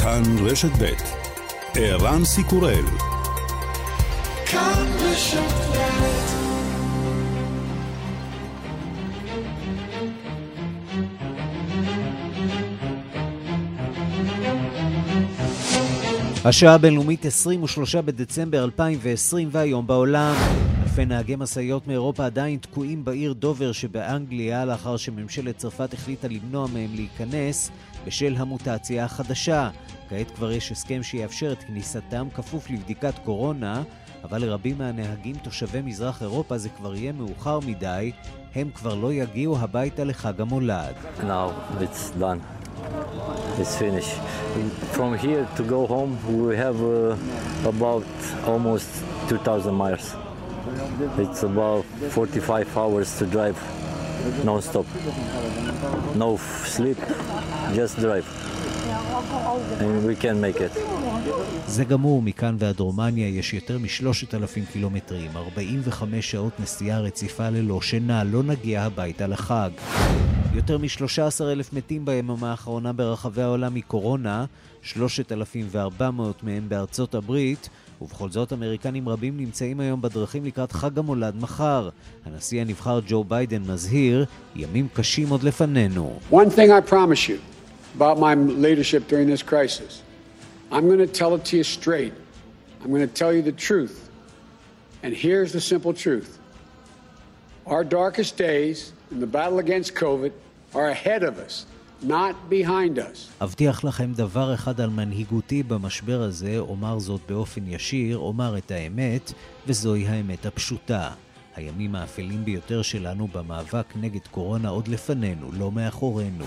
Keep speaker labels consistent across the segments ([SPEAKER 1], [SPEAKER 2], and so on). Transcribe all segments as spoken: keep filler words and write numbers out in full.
[SPEAKER 1] כאן רשת ב' ערן סיקורל. כאן רשת ב'. השעה הבינלאומית עשרים ושלושה בדצמבר אלפיים ועשרים, והיום בעולם אלפי נהגי משאיות מאירופה עדיין תקועים בעיר דובר שבאנגליה לאחר שממשלת צרפת החליטה למנוע מהם להיכנס בשל המוטציה החדשה. כעת כבר יש הסכם שיאפשר את כניסתם כפוף לבדיקת קורונה, אבל לרבים מהנהגים תושבי מזרח אירופה זה כבר יהיה מאוחר מדי, הם כבר לא יגיעו הביתה לחג המולד.
[SPEAKER 2] Now it's done. It's finished. From here to go home we have uh, about almost two thousand miles. It's about forty-five hours to drive non-stop. No sleep, just drive. And we can make it.
[SPEAKER 3] זה גמור, מכאן ועד רומניה יש יותר משלושת אלפים קילומטרים, ארבעים וחמש שעות נסיעה רציפה ללא שינה, לא נגיע הביתה לחג. יותר מ-שלושה עשר אלף מתים ביממה האחרונה ברחבי העולם מקורונה, שלושת אלפים וארבע מאות מהם בארצות הברית, ובכל זאת אמריקנים רבים נמצאים היום בדרכים לקראת חג המולד מחר. הנשיא הנבחר ג'ו ביידן מזהיר, ימים קשים עוד לפנינו.
[SPEAKER 4] One thing I promise you about my leadership during this crisis, I'm going to tell it to you straight. I'm going to tell you the truth. And here's the simple truth. Our darkest days in the battle against COVID are ahead of us, not behind us.
[SPEAKER 3] אבטיח לכם דבר אחד על מנהיגותי במשבר הזה, אומר זאת באופן ישיר, אומר את האמת, וזוהי האמת הפשוטה. הימים האפלים ביותר שלנו במאבק נגד קורונה עוד לפנינו, לא מאחורינו.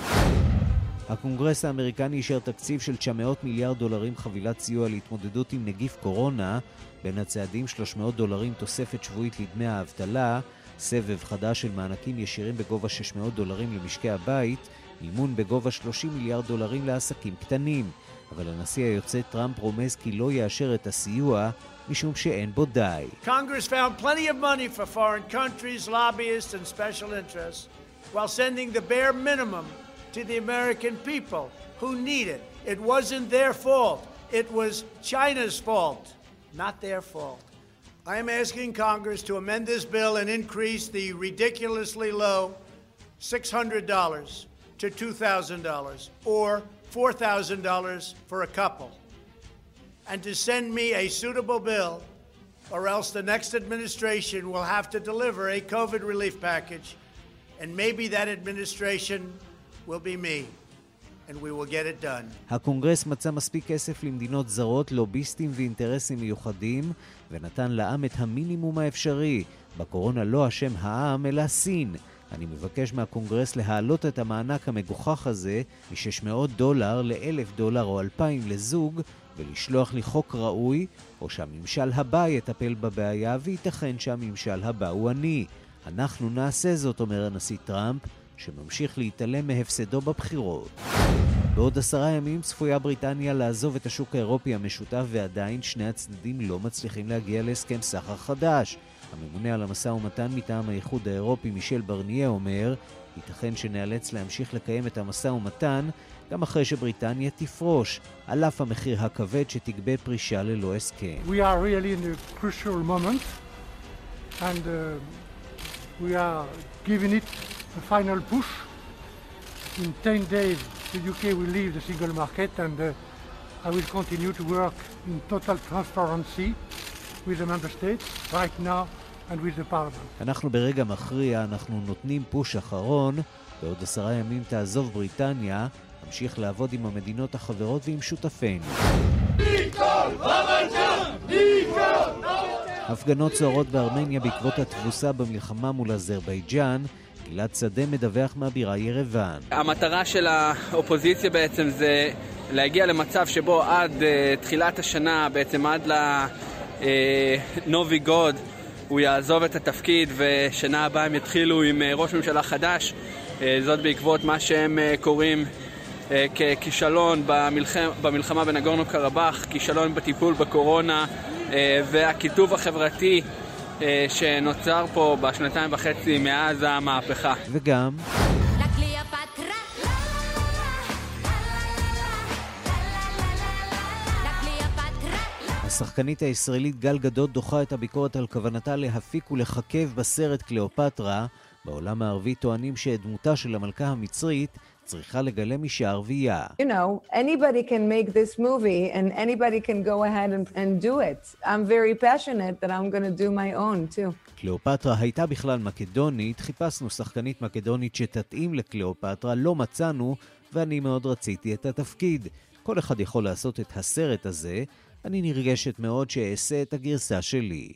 [SPEAKER 3] הקונגרס האמריקני אישר תקציב של תשע מאות מיליארד דולרים חבילת סיוע להתמודדות עם נגיף קורונה, בין הצעדים שלוש מאות דולרים תוספת שבועית לדמי האבטלה, סבב חדש של מענקים ישירים בגובה שש מאות דולרים למשקי הבית, מימון בגובה שלושים מיליארד דולרים לעסקים קטנים. אבל הנשיא היוצא טראמפ רומז כי לא יאשר את הסיוע משום שאין בו די.
[SPEAKER 5] Congress found plenty of money for foreign countries, lobbyists and special interests while sending the bare minimum to the American people who need it. It wasn't their fault. It was China's fault, not their fault. I am asking Congress to amend this bill and increase the ridiculously low six hundred dollars to two thousand dollars or four thousand dollars for a couple, and to send me a suitable bill, or else the next administration will have to deliver a COVID relief package, and maybe that administration will be me. And we will get it done.
[SPEAKER 3] הקונגרס מצא מספיק כסף למדינות זרות, לוביסטים ואינטרסים מיוחדים, ונתן לעם את המינימום האפשרי. בקורונה לא אשם העם אלא סין. אני מבקש מהקונגרס להעלות את המענק המגוחך הזה מ-שש מאות דולר ל-אלף דולר או אלפיים לזוג, ולשלוח לי חוק ראוי, או שהממשל הבא יטפל בבעיה, וייתכן שהממשל הבא הוא אני. אנחנו נעשה זאת, אומר הנשיא טראמפ, שממשיך להתעלם מהפסדו בבחירות. בעוד עשרה ימים צפויה בריטניה לעזוב את השוק האירופי המשותף, ועדיין שני הצדדים לא מצליחים להגיע להסכם סחר חדש. הממונה על המשא ומתן מטעם האיחוד האירופי מישל ברניה אומר, ייתכן שנאלץ להמשיך לקיים את המשא ומתן גם אחרי שבריטניה תפרוש, על אף המחיר הכבד שתגבה פרישה ללא הסכם.
[SPEAKER 6] We are really in a crucial moment and uh, we are giving it a final push. In ten days the U K will leave the single market and uh, I will continue to work in total transparency with the member states right now and with the parliament.
[SPEAKER 3] אנחנו ברגע מכריע, אנחנו נותנים פוש אחרון, בעוד עשרה ימים תעזוב בריטניה, נמשיך לעבוד עם המדינות החברות ועם שותפינו. הפגנות סוערות בארמניה בעקבות התבוסה במלחמה מול אזרבייג'אן. גלעד שדה מדווח מהבירה ירוון.
[SPEAKER 7] המטרה של האופוזיציה בעצם זה להגיע למצב שבו עד uh, תחילת השנה, בעצם עד לנובי גוד, הוא יעזוב את התפקיד, ושנה הבאה הם יתחילו עם uh, ראש ממשלה חדש. Uh, זאת בעקבות מה שהם uh, קוראים uh, ככישלון במלחמה, במלחמה בנגורנו קרבאח, כישלון בטיפול בקורונה, uh, והכיתוב החברתי שנוצר פה בשנתיים וחצי מאז המהפכה.
[SPEAKER 3] וגם
[SPEAKER 1] השחקנית הישראלית גל גדות דוחה את הביקורת על כוונתה להפיק ולחכב בסרט קליאופטרה. בעולם הערבי טוענים שדמותה של המלכה המצרית צריכה לגלם אישה ערבייה.
[SPEAKER 8] You know, anybody can make this movie and anybody can go ahead and, and do it. I'm very passionate that I'm going to do my own too.
[SPEAKER 1] קליאופטרה הייתה בכלל מקדונית, חיפשנו שחקנית מקדונית שתתאים לקליאופטרה, לא מצאנו, ואני מאוד רציתי את התפקיד. כל אחד יכול לעשות את הסרט הזה, אני נרגשת מאוד שאעשה את הגרסה שלי.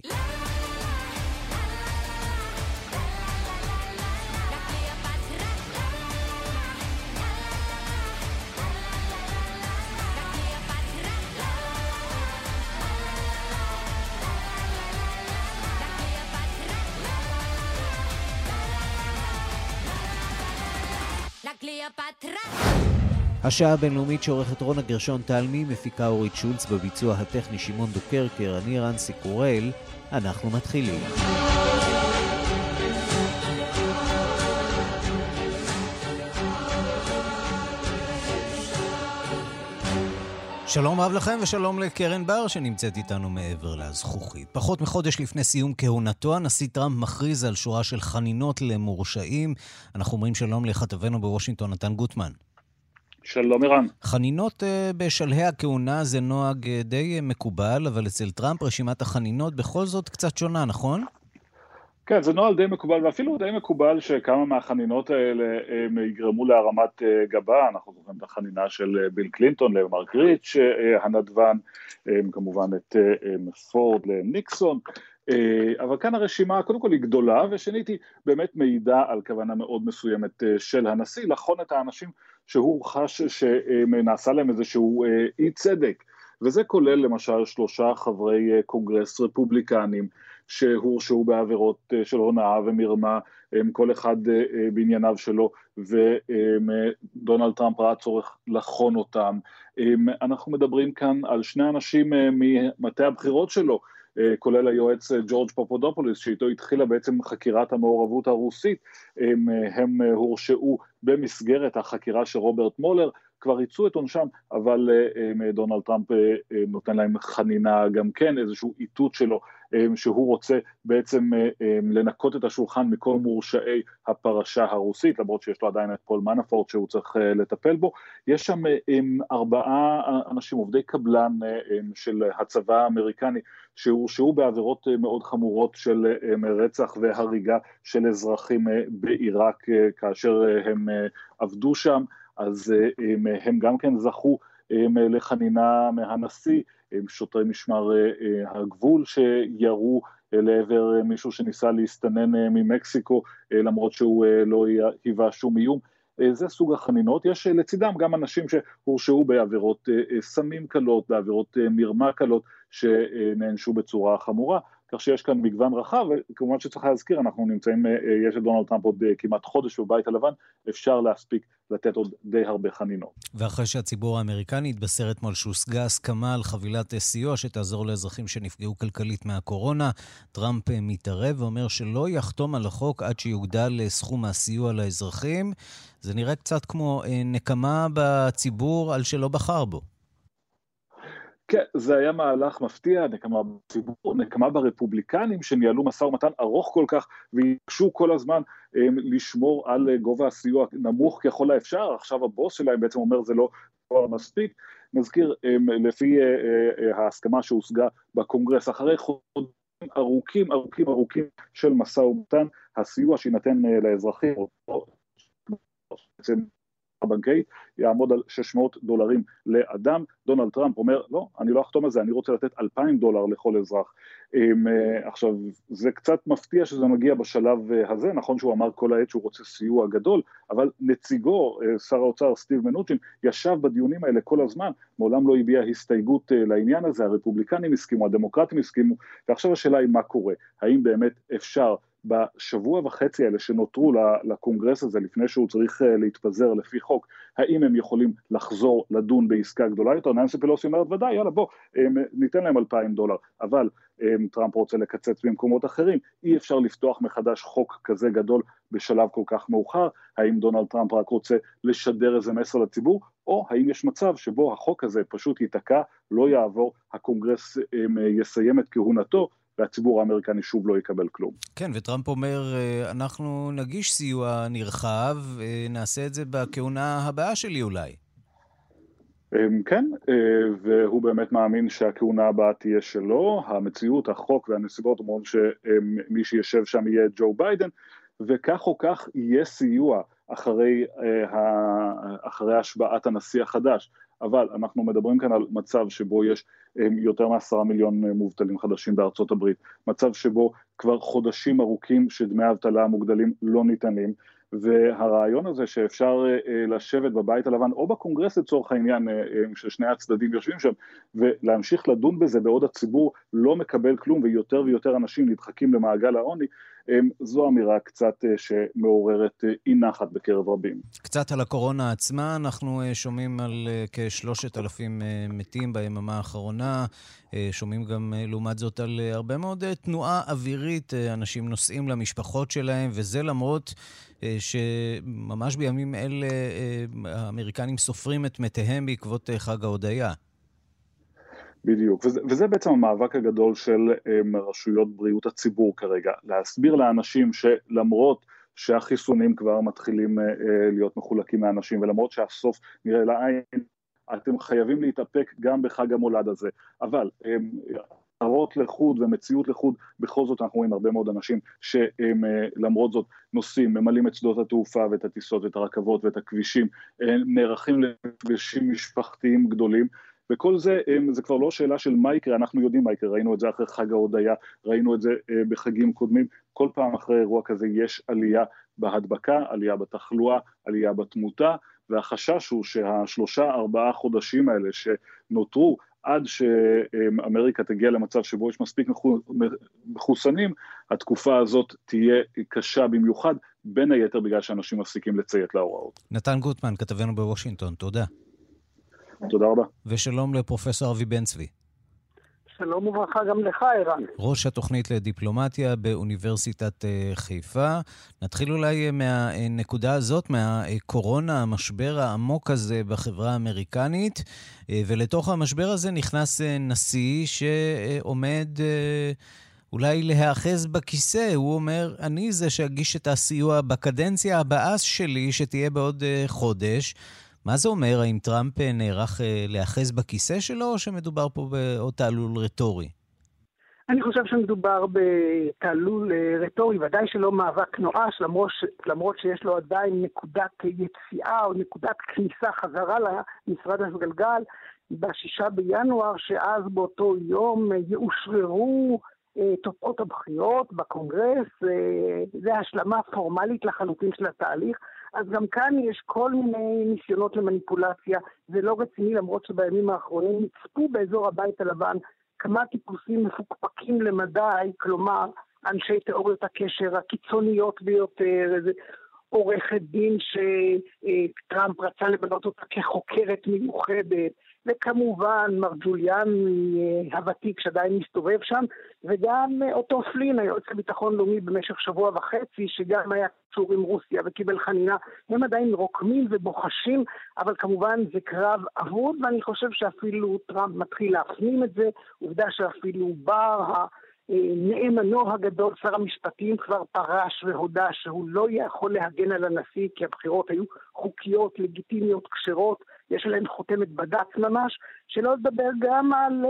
[SPEAKER 1] השעה הבינלאומית שעורכת רונה גרשון תלמי, מפיקה אורית שולץ, בביצוע הטכני שמעון דוקרקר, אני רנסי קורל. אנחנו מתחילים. שלום רב לכם ושלום לקרן בר שנמצאת איתנו מעבר לזכוכית. פחות מחודש לפני סיום כהונתו, הנשיא טראמפ מכריז על שורה של חנינות למורשעים. אנחנו אומרים שלום לכתבנו בוושינגטון נתן גוטמן.
[SPEAKER 9] שלום אירן.
[SPEAKER 1] חנינות בשלהי הכהונה זה נוהג די מקובל, אבל אצל טראמפ רשימת החנינות בכל זאת קצת שונה, נכון?
[SPEAKER 9] כן, זה נוהל די מקובל, ואפילו די מקובל שכמה מהחנינות האלה הם יגרמו להרמת גבה. אנחנו זוכרים את החנינה של ביל קלינטון למרק ריץ' הנדוון, כמובן את פורד לניקסון, אבל כאן הרשימה קודם כל היא גדולה, ושנית היא באמת מעידה על כוונה מאוד מסוימת של הנשיא, לחון את האנשים שהוא חש שנעשה להם איזשהו אי צדק, וזה כולל למשל שלושה חברי קונגרס רפובליקנים, שהורשעו בעבירות של הונאה ומרמה, כל אחד בענייניו שלו, ודונלד טראמפ ראה צורך לחון אותם. אנחנו מדברים כאן על שני אנשים ממטה הבחירות שלו, כולל היועץ ג'ורג' פופודופוליס, שאיתו התחילה בעצם חקירת המעורבות הרוסית. הם, הם הורשעו במסגרת החקירה של רוברט מולר, כבר ייצאו את עונשם, אבל דונלד טראמפ נותן להם חנינה גם כן, איזשהו איתות שלו, שהוא רוצה בעצם לנקות את השולחן מכל מורשעי הפרשה הרוסית, למרות שיש לו עדיין את פול מנאפורט שהוא צריך לטפל בו. יש שם ארבעה אנשים, עובדי קבלן של הצבא האמריקני, שהורשעו בעבירות מאוד חמורות של רצח והריגה של אזרחים בעיראק, כאשר הם עבדו שם, אז הם גם כן זכו לחנינה מהנשיא, שוטרי משמר הגבול שירו לעבר מישהו שניסה להסתנן ממקסיקו, למרות שהוא לא היווה שום איום. זה סוג החנינות. יש לצידם גם אנשים שהורשעו בעבירות סמים קלות, בעבירות מרמה קלות, שנענשו בצורה חמורה, כך שיש כאן מגוון רחב, וכמובן שצריך להזכיר, אנחנו נמצאים, יש את דונלד טראמפ עוד כמעט חודש בבית הלבן, אפשר להספיק לתת עוד די הרבה חנינות.
[SPEAKER 1] ואחרי שהציבור האמריקני התבשר אתמול שהושגה הסכמה על חבילת סיוע שתעזור לאזרחים שנפגעו כלכלית מהקורונה, טראמפ מתערב ואומר שלא יחתום על החוק עד שיוגדל סכום הסיוע לאזרחים. זה נראה קצת כמו נקמה בציבור על שלא בחר בו.
[SPEAKER 9] כן, זה היה מהלך מפתיע, נקמה בציבור, נקמה ברפובליקנים שניהלו משא ומתן ארוך כל כך, ויקשו כל הזמן הם, לשמור על גובה הסיוע נמוך ככל האפשר. עכשיו הבוס שלהם בעצם אומר זה לא מספיק. נזכיר, הם, לפי אה, אה, ההסכמה שהושגה בקונגרס, אחרי חודשים ארוכים, ארוכים, ארוכים של משא ומתן, הסיוע שינתן אה, לאזרחים, או בעצם הבנקאית, יעמוד על שש מאות דולרים לאדם. דונלד טראמפ אומר, לא, אני לא אחתום על זה, אני רוצה לתת אלפיים דולר לכל אזרח. עכשיו, זה קצת מפתיע שזה מגיע בשלב הזה, נכון שהוא אמר כל העת שהוא רוצה סיוע גדול, אבל נציגו, שר האוצר סטיב מנוצ'ין, ישב בדיונים האלה כל הזמן, מעולם לא הביע הסתייגות לעניין הזה, הרפובליקנים הסכימו, הדמוקרטים הסכימו, ועכשיו השאלה היא מה קורה, האם באמת אפשר בשבוע וחצי האלה שנותרו לקונגרס הזה לפני שהוא צריך להתפזר לפי חוק, האם הם יכולים לחזור לדון בעסקה גדולה יותר? ננסי פלוסי אומרת ודאי, יאללה בוא, ניתן להם אלפיים דולר, אבל טראמפ רוצה לקצץ במקומות אחרים, אי אפשר לפתוח מחדש חוק כזה גדול בשלב כל כך מאוחר. האם דונלד טראמפ רק רוצה לשדר איזה מסר לציבור, או האם יש מצב שבו החוק הזה פשוט ייתקע, לא יעבור, הקונגרס יסיים את כהונתו, והציבור האמריקני שוב לא יקבל כלום.
[SPEAKER 3] כן, וטראמפ אומר, אנחנו נגיש סיוע נרחב, נעשה את זה בכהונה הבאה שלי אולי.
[SPEAKER 9] כן, והוא באמת מאמין שהכהונה הבאה תהיה שלו, המציאות, החוק והנסיבות אומרים שמי שישב שם יהיה ג'ו ביידן, וכך או כך יהיה סיוע אחרי, אחרי השבעת הנשיא החדש. אבל אנחנו מדברים כאן על מצב שבו יש יותר מעשרה מיליון מובטלים חדשים בארצות הברית, מצב שבו כבר חודשים ארוכים שדמי האבטלה המוגדלים לא ניתנים, והרעיון הזה שאפשר לשבת בבית הלבן או בקונגרס לצורך העניין ששני הצדדים יושבים שם ולהמשיך לדון בזה בעוד הציבור לא מקבל כלום ויותר ויותר אנשים נדחקים למעגל העוני, זו אמירה קצת שמעוררת אי נחת בקרב רבים.
[SPEAKER 3] קצת על הקורונה עצמה, אנחנו שומעים על כשלושת אלפים מתים ביממה האחרונה, שומעים גם לעומת זאת על הרבה מאוד תנועה אווירית, אנשים נוסעים למשפחות שלהם, וזה למרות שממש בימים אלה האמריקנים סופרים את מתיהם בעקבות חג ההודיה.
[SPEAKER 9] בדיוק, וזה, וזה בעצם המאבק הגדול של um, רשויות בריאות הציבור כרגע, להסביר לאנשים שלמרות שהחיסונים כבר מתחילים uh, להיות מחולקים מהאנשים, ולמרות שהסוף נראה לעין, אתם חייבים להתאפק גם בחג המולד הזה, אבל הראות לחוד ומציאות לחוד, בכל זאת אנחנו רואים הרבה מאוד אנשים שהם למרות זאת נוסעים, ממלאים את שדות התעופה ואת הטיסות ואת הרכבות ואת הכבישים, נערכים למפגשים משפחתיים גדולים, וכל זה, זה כבר לא שאלה של מה יקרה, אנחנו יודעים מה יקרה, ראינו את זה אחרי חג ההודיה, ראינו את זה בחגים קודמים, כל פעם אחרי אירוע כזה יש עלייה בהדבקה, עלייה בתחלואה, עלייה בתמותה, והחשש הוא שהשלושה ארבעה חודשים האלה שנותרו עד שאמריקה תגיע למצב שבו יש מספיק מחוסנים, התקופה הזאת תהיה קשה במיוחד, בין היתר בגלל שאנשים מפסיקים לציית להוראות.
[SPEAKER 3] נתן גוטמן, כתבנו בוושינגטון, תודה.
[SPEAKER 9] תודה רבה.
[SPEAKER 3] ושלום לפרופסור אבי בן צבי.
[SPEAKER 10] שלום וברכה גם לך, ערן.
[SPEAKER 3] ראש התוכנית לדיפלומטיה באוניברסיטת חיפה. נתחיל אולי מהנקודה הזאת, מהקורונה, המשבר העמוק הזה בחברה האמריקנית, ולתוך המשבר הזה נכנס נשיא שעומד אולי להאחז בכיסא. הוא אומר, אני זה שאגיש את הסיוע בקדנציה הבאה שלי, שתהיה בעוד חודש. מה זה אומר? האם טראמפ נערך להאחז בכיסא שלו, או שמדובר פה בעוד תעלול רטורי?
[SPEAKER 10] אני חושב שמדובר בתעלול רטורי, ודאי שלא מאבק נואש, למרות, למרות שיש לו עדיין נקודת יציאה או נקודת כניסה חזרה למשרד הסגלגל, בשישה בינואר, שאז באותו יום יאושררו תוצאות הבחירות בקונגרס, זה השלמה פורמלית לחלוטין של התהליך, אז גם כאן יש כל מיני ניסיונות למניפולציה, זה לא רציני למרות שבימים האחרונים נצפו באזור הבית הלבן כמה טיפוסים מפוקפקים למדי, כלומר אנשי תיאוריות הקשר הקיצוניות ביותר, איזה עורכת דין שטראמפ רצה לבנות אותה כחוקרת מיוחדת, וכמובן מר ג'וליאני הוותיק שעדיין מסתובב שם, וגם אותו פלין, היועץ לביטחון לאומי במשך שבוע וחצי, שגם היה קשור עם רוסיה וקיבל חנינה, הם עדיין רוקמים ובוחשים, אבל כמובן זה קרב אבוד, ואני חושב שאפילו טראמפ מתחיל להפנים את זה, עובדה שאפילו בר נאמנו הגדול, שר המשפטים, כבר פרש והודע שהוא לא יכול להגן על הנשיא, כי הבחירות היו חוקיות, לגיטימיות, כשרות, יש עליהן חותמת בד"ץ ממש, שלא לדבר גם על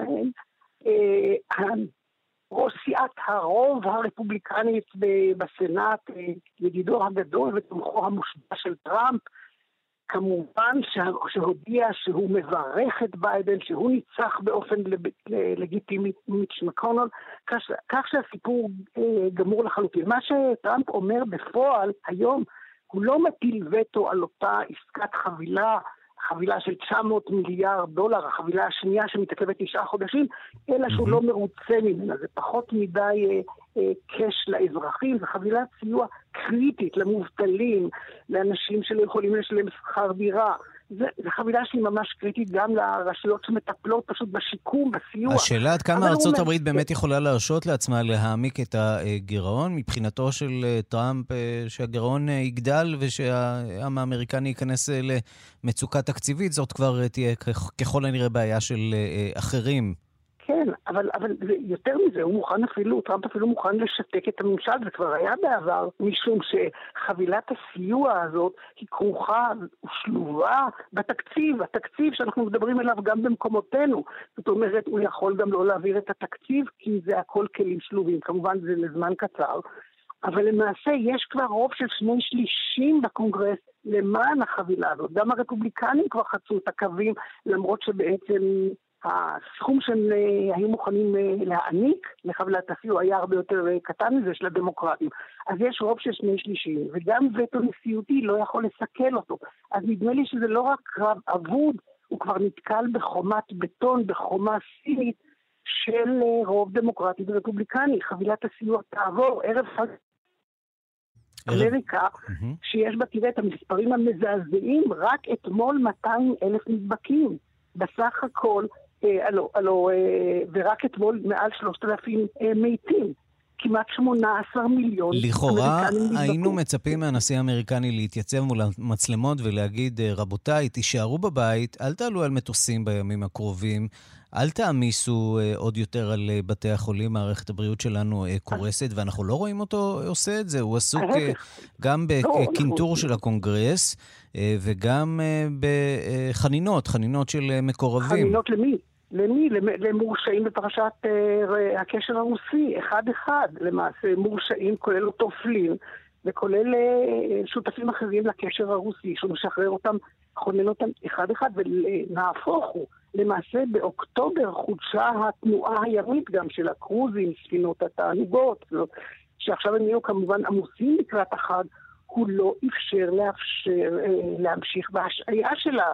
[SPEAKER 10] אה, ראש סיעת הרוב הרפובליקנית בסנאט, ידידו הגדול ותומכו המושבע של טראמפ, כמובן שהודיע שהוא מברך את ביידן, שהוא ניצח באופן לגיטימי מיץ' מקונל, כך שהסיפור גמור לחלוטין. מה שטראמפ אומר בפועל היום, הוא לא מטיל וטו על אותה עסקת חבילה חבילה של תשע מאות מיליארד דולר, החבילה השנייה שמתעכבת תשעה חודשים, אלא שהוא לא מרוצה ממנה. זה פחות מדי אה, אה, קש לאזרחים, זה חבילת סיוע קריטית למובטלים, לאנשים שלא יכולים לשלם שכר דירה. זה, זה חבילה שהיא ממש קריטית גם לרשויות שמטפלות פשוט בשיקום, בסיוע.
[SPEAKER 3] השאלה עד כמה ארצות הברית באמת יכולה להרשות לעצמה להעמיק את הגירעון, מבחינתו של טראמפ שהגירעון יגדל ושהעם האמריקני ייכנס למצוקה תקציבית, זאת כבר תהיה ככל הנראה בעיה של אחרים.
[SPEAKER 10] כן, אבל, אבל יותר מזה, הוא מוכן אפילו, טראמפ אפילו מוכן לשתק את הממשל, זה כבר היה בעבר, משום שחבילת הסיוע הזאת היא כרוכה ושלובה בתקציב, התקציב שאנחנו מדברים עליו גם במקומותינו. זאת אומרת, הוא יכול גם לא להעביר את התקציב, כי זה הכל כלים שלובים, כמובן זה לזמן קצר, אבל למעשה יש כבר רוב של שני שלישים בקונגרס למען החבילה הזאת. גם הרפובליקנים כבר חצו את הקווים, למרות שבעצם הסכום שהם היו מוכנים להעניק לחבילת הסיוע היה הרבה יותר קטן מזה של הדמוקרטים. אז יש רוב של שני שלישים, וגם וטו נשיאותי לא יכול לסכל אותו. אז נדמה לי שזה לא רק קרב אבוד, הוא כבר נתקל בחומת בטון, בחומה סינית של רוב דמוקרטי ורפובליקני. חבילת הסיוע תעבור ערב חג אמריקה, שיש בה, תראה את המספרים המזעזעים, רק אתמול מאתיים אלף נדבקים. בסך הכל, אלו, אלו, ורק אתמול מעל שלושת אלפים מתים. כמעט שמונה עשר מיליון.
[SPEAKER 3] לכאורה היינו מצפים מהנשיא האמריקני להתייצב מול המצלמות ולהגיד, רבותיי, תישארו בבית, אל תעלו על מטוסים בימים הקרובים, אל תעמיסו עוד יותר על בתי החולים, מערכת הבריאות שלנו קורסת, ואנחנו לא רואים אותו עושה את זה. הוא עסוק גם בקינטור של הקונגרס, וגם בחנינות, חנינות של מקורבים.
[SPEAKER 10] חנינות למי? למי? למורשעים בפרשת uh, הקשר הרוסי, אחד אחד, למעשה מורשעים כולל אותו פלין, וכולל uh, שותפים אחרים לקשר הרוסי, שמשחרר אותם, חונן אותם אחד אחד, ונהפוך הוא. למעשה באוקטובר חודשה התנועה הימית גם של הקרוזים, ספינות התענוגות, שעכשיו הם יהיו כמובן עמוסים לקראת החג, הוא לא אפשר לאפשר uh, להמשיך בהשעיה שלה.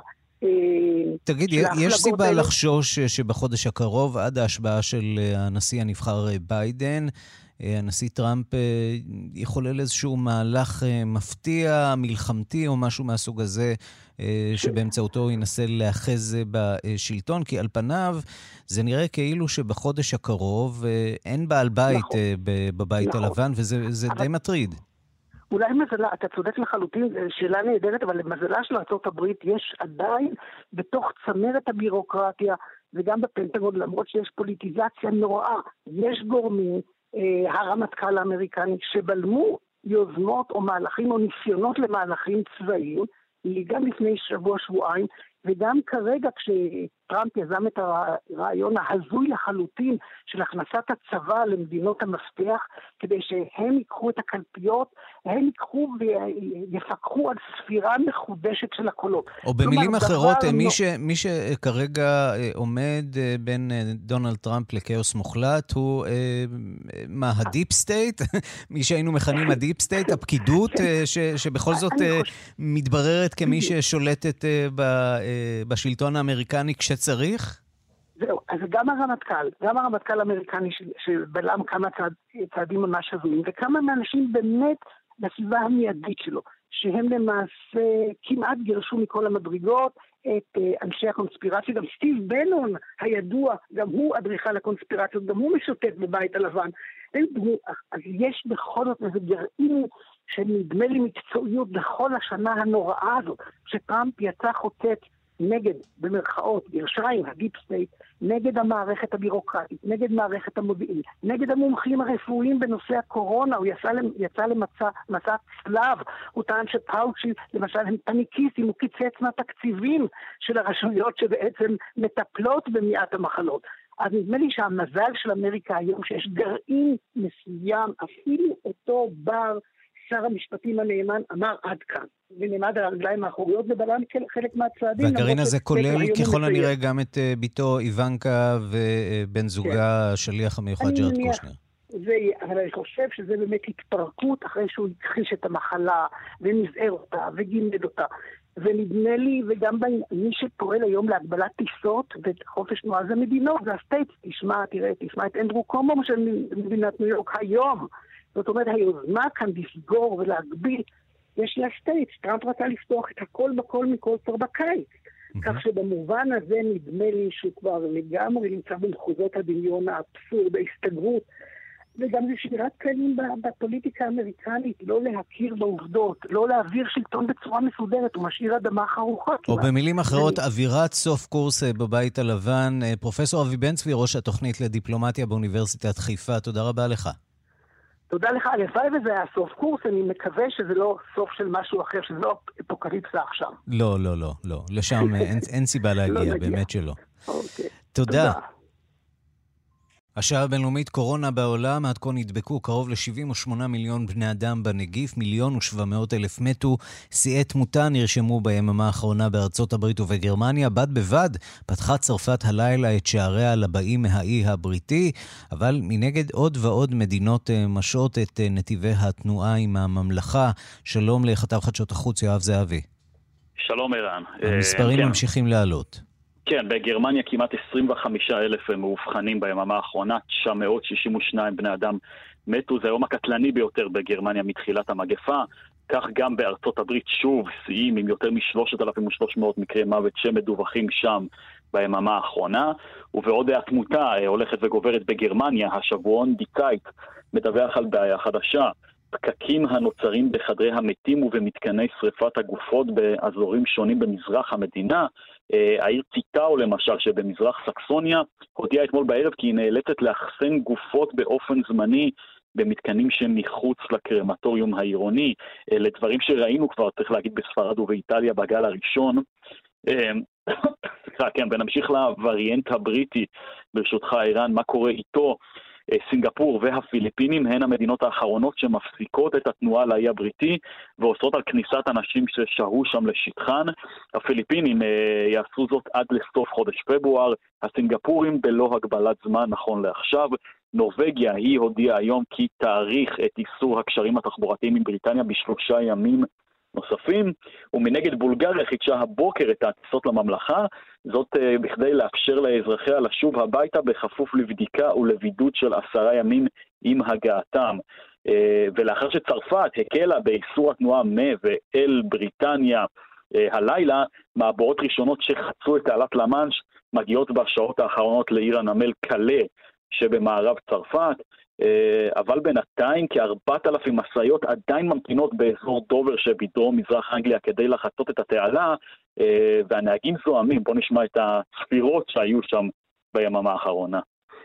[SPEAKER 3] תגיד, יש סיבה לחשוש שבחודש הקרוב, עד ההשבעה של הנשיא הנבחר ביידן, הנשיא טראמפ יחולל איזשהו מהלך מפתיע, מלחמתי או משהו מהסוג הזה, שבאמצעותו ינסה לאחז בשלטון? כי על פניו זה נראה כאילו שבחודש הקרוב אין בעל בית בבית הלבן, וזה די מטריד.
[SPEAKER 10] אולי מזלה, אתה צודק לחלוטין, שאלה נהדרת, אבל למזלה של ארצות הברית יש עדיין בתוך צמרת הבירוקרטיה, וגם בפנטגון, למרות שיש פוליטיזציה נוראה, יש גורמים, אה, הרמטכ"ל האמריקני, שבלמו יוזמות או מהלכים או ניסיונות למהלכים צבאיים, גם לפני שבוע, שבועיים, וגם כרגע כשטראמפ יזם את הרעיון ההזוי לחלוטין של הכנסת הצבא למדינות המפתח, כדי שהם ייקחו את הקלפיות, הם ייקחו ויפקחו על ספירה מחודשת של הקולות.
[SPEAKER 3] או במילים אחרות, מי, ש, מי שכרגע עומד בין דונלד טראמפ לכאוס מוחלט, הוא מה, הדיפ סטייט? מי שהיינו מכנים הדיפ סטייט, הפקידות ש, שבכל זאת מתבררת כמי ששולטת ב... בשלטון האמריקני כשצריך?
[SPEAKER 10] זהו, אז גם הרמטכ"ל, גם הרמטכ"ל האמריקני שבלם כמה צעד, צעדים ממש הזויים, וכמה מהאנשים באמת בסביבה המיידית שלו, שהם למעשה כמעט גירשו מכל המדרגות את אנשי הקונספירציה, גם סטיב בנון הידוע, גם הוא אדריכל הקונספירציות, גם הוא משוטט בבית הלבן. אז יש בכל זאת איזה גרעין שנדמה לי מקצועיות בכל השנה הנוראה הזאת, שטראמפ יצא חוצץ נגד, במרכאות, גרשיים, הדיפ סטייט, נגד המערכת הבירוקרטית, נגד מערכת המודיעין, נגד המומחים הרפואיים בנושא הקורונה, הוא יצא, יצא למצע, מצע צלב, הוא טען שפאוצ'י, למשל, הם פניקיסטים, הוא קיצץ מהתקציבים של הרשויות שבעצם מטפלות במניעת המחלות. אז נדמה לי שהמזל של אמריקה היום, שיש גרעין מסוים, אפילו אותו בר, שר המשפטים הנאמן אמר עד כאן, ונעמד על הרגליים האחוריות ובלם חלק מהצעדים.
[SPEAKER 3] והגרעין הזה כולל ככל הנראה גם את ביתו איוונקה ובן זוגה השליח המיוחד ג'רד קושנר.
[SPEAKER 10] אבל אני חושב שזה באמת התפרקות אחרי שהוא הכחיש את המחלה ומזער אותה וגימד אותה. ונדמה לי, וגם מי שפועל היום להגבלת טיסות וחופש תנועה זה מדינות, זה הסטייט, תשמע, תראה, תשמע את אנדרו קומו של מדינת ניו יורק היום. זאת אומרת, היוזמה כאן לסגור ולהגביל, יש לה סטייט, טראמפ רצה לפתוח את הכל בכל מכל צור בקיץ. כך שבמובן הזה נדמה לי שהוא כבר לגמרי נמצא במחוזות הדמיון, האבסורד, ההסתגרות, וגם זה שבירת כללים בפוליטיקה האמריקנית, לא להכיר בעובדות, לא להעביר שלטון בצורה מסודרת, הוא משאיר אדמה חרוכה.
[SPEAKER 3] או במילים אחרות, אווירת סוף קורס בבית הלבן. פרופסור אבי בן צבי, ראש התוכנית לדיפלומטיה באוניברסיטת חיפה, תודה רבה לך.
[SPEAKER 10] תודה לך, הלוואי וזה היה סוף קורס, אני מקווה שזה לא סוף של משהו אחר, שזה לא אפוקליפסה עכשיו.
[SPEAKER 3] לא, לא, לא, לא. לשם אין, אין סיבה להגיע, באמת שלא.
[SPEAKER 10] אוקיי.
[SPEAKER 3] תודה. השעה הבינלאומית קורונה בעולם, עד כה נדבקו קרוב ל-שבעים ושמונה מיליון בני אדם בנגיף, מיליון ושבע מאות אלף מתו, שיאי תמותה נרשמו ביממה האחרונה בארצות הברית ובגרמניה, בד בבד פתחה צרפת הלילה את שעריה לבאים מהאי הבריטי, אבל מנגד עוד ועוד מדינות משעות את נתיבי התנועה עם הממלכה. שלום לכתב חדשות החוץ יואב זהבי.
[SPEAKER 11] שלום ערן.
[SPEAKER 3] המספרים
[SPEAKER 11] כן.
[SPEAKER 3] ממשיכים לעלות.
[SPEAKER 11] כן, בגרמניה כמעט עשרים וחמישה אלף מאובחנים ביממה האחרונה, תשע מאות שישים ושניים בני אדם מתו, זה היום הקטלני ביותר בגרמניה מתחילת המגפה, כך גם בארצות הברית שוב שיאים עם יותר מ-שלושת אלפים ושלוש מאות מקרי מוות שמדווחים שם ביממה האחרונה, ובעוד התמותה הולכת וגוברת בגרמניה, השבועון די צייט מדווח על בעיה חדשה, פקקים הנוצרים בחדרי המתים ובמתקני שריפת הגופות באזורים שונים במזרח המדינה. העיר ציטאו למשל שבמזרח סקסוניה הודיעה אתמול בערב כי היא נאלצת לאחסן גופות באופן זמני במתקנים שמחוץ לקרמטוריום העירוני. אלה דברים שראינו כבר, צריך להגיד, בספרד ובאיטליה בגל הראשון. כן, ונמשיך לווריאנט הבריטי, ברשותך ערן, מה קורה איתו? סינגפור והפיליפינים הן המדינות האחרונות שמפסיקות את התנועה לאי הבריטי ואוסרות על כניסת אנשים ששהו שם לשטחן. הפיליפינים יעשו זאת עד לסוף חודש פברואר, הסינגפורים בלא הגבלת זמן נכון לעכשיו. נורווגיה היא הודיעה היום כי תאריך את איסור הקשרים התחבורתיים עם בריטניה בשלושה ימים נוספים, ומנגד בולגריה חידשה הבוקר את הטיסות לממלכה, זאת uh, בכדי לאפשר לאזרחיה לשוב הביתה בכפוף לבדיקה ולבידוד של עשרה ימים עם הגעתם. Uh, ולאחר שצרפת הקלה באיסור התנועה מ ואל בריטניה uh, הלילה, מעבורות ראשונות שחצו את תעלת למאנש מגיעות בשעות האחרונות לעיר הנמל קלה שבמערב צרפת, אבל בינתיים כארבעת אלפים משאיות עדיין ממתינות באזור דובר שבדרום מזרח אנגליה כדי לחצות את התעלה, והנהגים זועמים. בוא נשמע את הספירות שהיו שם ביממה האחרונה.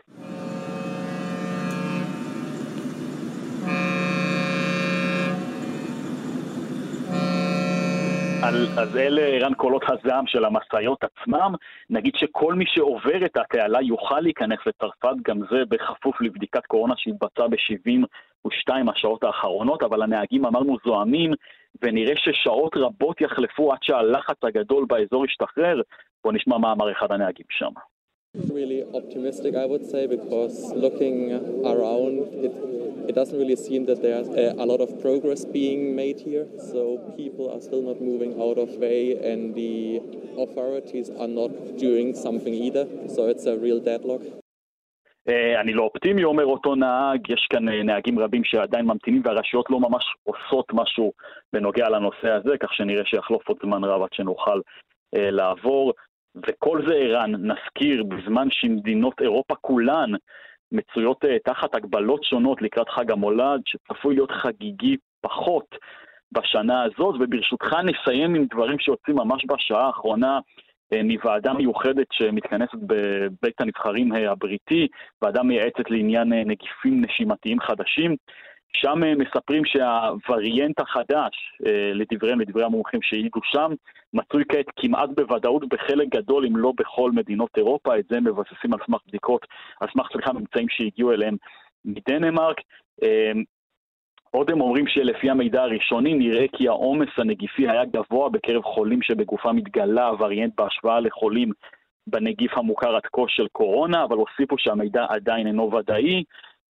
[SPEAKER 11] אז אלה ערן קולות הזעם של המסעיות עצמם. נגיד שכל מי שעובר את התעלה יוכל להיכנס לצרפת, גם זה בכפוף לבדיקת קורונה שהתבצעה ב-שבעים ושתיים השעות האחרונות, אבל הנהגים אמרנו זועמים, ונראה ששעות רבות יחלפו עד שהלחץ הגדול באזור ישתחרר. בוא נשמע מה אמר אחד הנהגים שם.
[SPEAKER 12] Really optimistic, I would say, because looking around, it, it doesn't really seem that there's a, a lot of progress being made here. So people are still not moving out of way, and the authorities are not doing something either. So it's a real deadlock.
[SPEAKER 11] אני לא אופטימי, אומר אותו נהג, יש כאן נהגים רבים שעדיין ממתינים והרשויות לא ממש עושות משהו בנוגע לנושא הזה, כך שנראה שיחלוף עוד זמן רב עד שנוכל לעבור. וכל זה ערן, נזכיר, בזמן שמדינות אירופה כולן מצויות תחת הגבלות שונות לקראת חג המולד, שצפוי להיות חגיגי פחות בשנה הזאת, וברשותך נסיים עם דברים שיוצאים ממש בשעה האחרונה מוועדה מיוחדת שמתכנסת בבית הנבחרים הבריטי, ועדה מייעצת לעניין נגיפים נשימתיים חדשים. שם מספרים שהווריאנט החדש, לדבריהם, לדברי המומחים שהעידו שם, מצוי כעת כמעט בוודאות בחלק גדול, אם לא בכל מדינות אירופה. את זה מבססים על סמך בדיקות, על סמך סליחה ממצאים שהגיעו אליהם מדנמרק. עוד הם אומרים שלפי המידע הראשוני נראה כי העומס הנגיפי היה גבוה בקרב חולים שבגופם התגלה הווריאנט בהשוואה לחולים בנגיף המוכר עד כה של קורונה, אבל הוסיפו שהמידע עדיין אינו ודאי.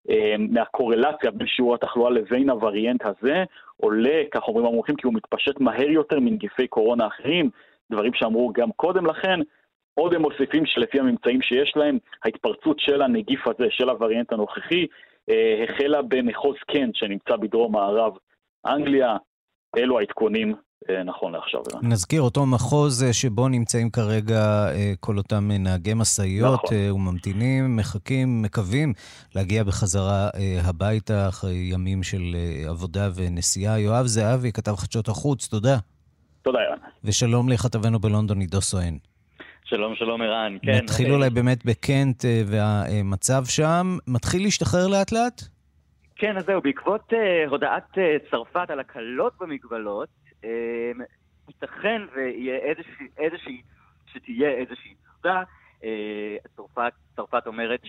[SPEAKER 11] מהקורלציה בין שיעור התחלואה לבין הווריאנט הזה עולה, כך אומרים המומחים, כי הוא מתפשט מהר יותר מנגיפי קורונה אחרים, דברים שאמרו גם קודם לכן. עוד הם מוסיפים שלפי הממצאים שיש להם, ההתפרצות של הנגיף הזה, של הווריאנט הנוכחי, אה, החלה במחוז קנט שנמצא בדרום מערב אנגליה. אלו העדכונים אה, נכון לעכשיו.
[SPEAKER 3] נזכיר אותו מחוז שבו נמצאים כרגע אה, כל אותם נהגי משאיות, נכון. אה, וממתינים, מחכים, מקווים להגיע בחזרה אה, הביתה אחרי ימים של אה, עבודה ונסיעה. יואב זהבי, כתב חדשות החוץ, תודה.
[SPEAKER 11] תודה, ירן.
[SPEAKER 3] ושלום לכתבנו בלונדון, עידו סואן.
[SPEAKER 13] שלום, שלום, ערן. כן.
[SPEAKER 3] נתחיל אולי באמת בקנט והמצב שם. מתחיל להשתחרר לאט לאט?
[SPEAKER 13] כן, אז זהו. בעקבות uh, הודעת uh, צרפת על הקלות במגבלות, uh, ייתכן ויהיה איזושהי, איזושהי, שתהיה איזושהי תעודה. Uh, צרפת, צרפת אומרת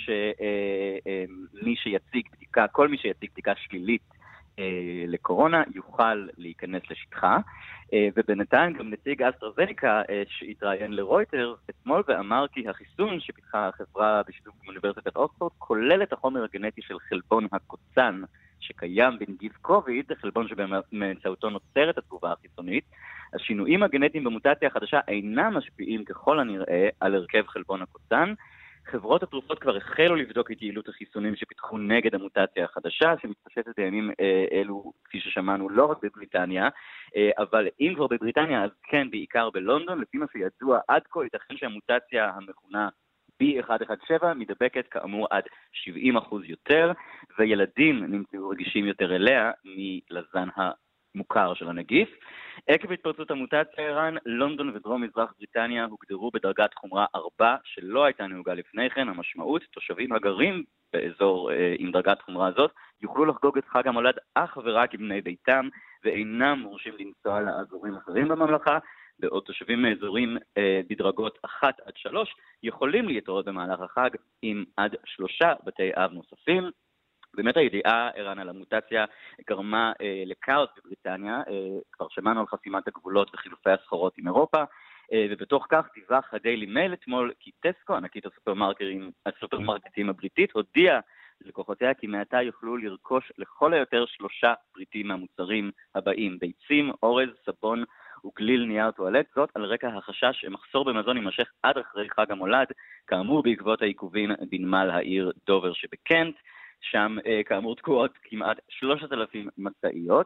[SPEAKER 13] שמי uh, uh, שיציג בדיקה, כל מי שיציג בדיקה שלילית uh, לקורונה, יוכל להיכנס לשטחה. ובינתיים גם נציג אסטרזניקה שהתראיין לרויטרס אתמול ואמר כי החיסון שפיתחה החברה בשיתוף עם אוניברסיטת אוקספורד כולל את החומר הגנטי של חלבון הקוצן שקיים בנגיף קוביד, חלבון שבאמצעותו נוצרת התגובה החיסונית. השינויים הגנטיים במוטציה החדשה אינם משפיעים ככל הנראה על הרכב חלבון הקוצן. חברות התרופות כבר החלו לבדוק את יעילות החיסונים שפיתחו נגד המוטציה החדשה, שמתפשטת בימים אלו, כפי ששמענו, לא רק בבריטניה, אבל אם כבר בבריטניה, אז כן, בעיקר בלונדון, לפי מה שידוע עד כה, ייתכן שהמוטציה המכונה בי אחת אחת שבע מדבקת כאמור עד שבעים אחוז יותר, וילדים נמצאו רגישים יותר אליה מלזן המוכר של הנגיף. עקב התפרצות המוטציה איראן, לונדון ודרום מזרח בריטניה הוגדרו בדרגת חומרה ארבע, שלא הייתה נהוגה לפני כן. המשמעות, תושבים הגרים באזור אה, עם דרגת חומרה הזאת, יוכלו לחגוג את חג המולד אך ורק עם בני ביתם, ואינם מורשים לנסוע לאזורים אחרים בממלכה, בעוד תושבים מאזורים אה, בדרגות אחת עד שלוש, יכולים להתראות במהלך החג עם עד שלושה בתי אב נוספים. באמת הידיעה, ערן, על המוטציה גרמה אה, לקאוס בבריטניה, אה, כבר שמענו על חסימת הגבולות וחילופי הסחורות עם אירופה, אה, ובתוך כך דיווח הדיילי מייל אתמול כי טסקו, ענקית הסופרמרקטים, הסופרמרקטים הבריטית, הודיעה לקוחותיה כי מעתה יוכלו לרכוש לכל היותר שלושה פריטים מהמוצרים הבאים, ביצים, אורז, סבון וגליל נייר טואלט, זאת על רקע החשש שמחסור במזון יימשך עד אחרי חג המולד, כאמור בעקבות העיכובים בנמל העיר דובר שבקנט, שם כאמור תקועות כמעט שלושת אלפים משאיות,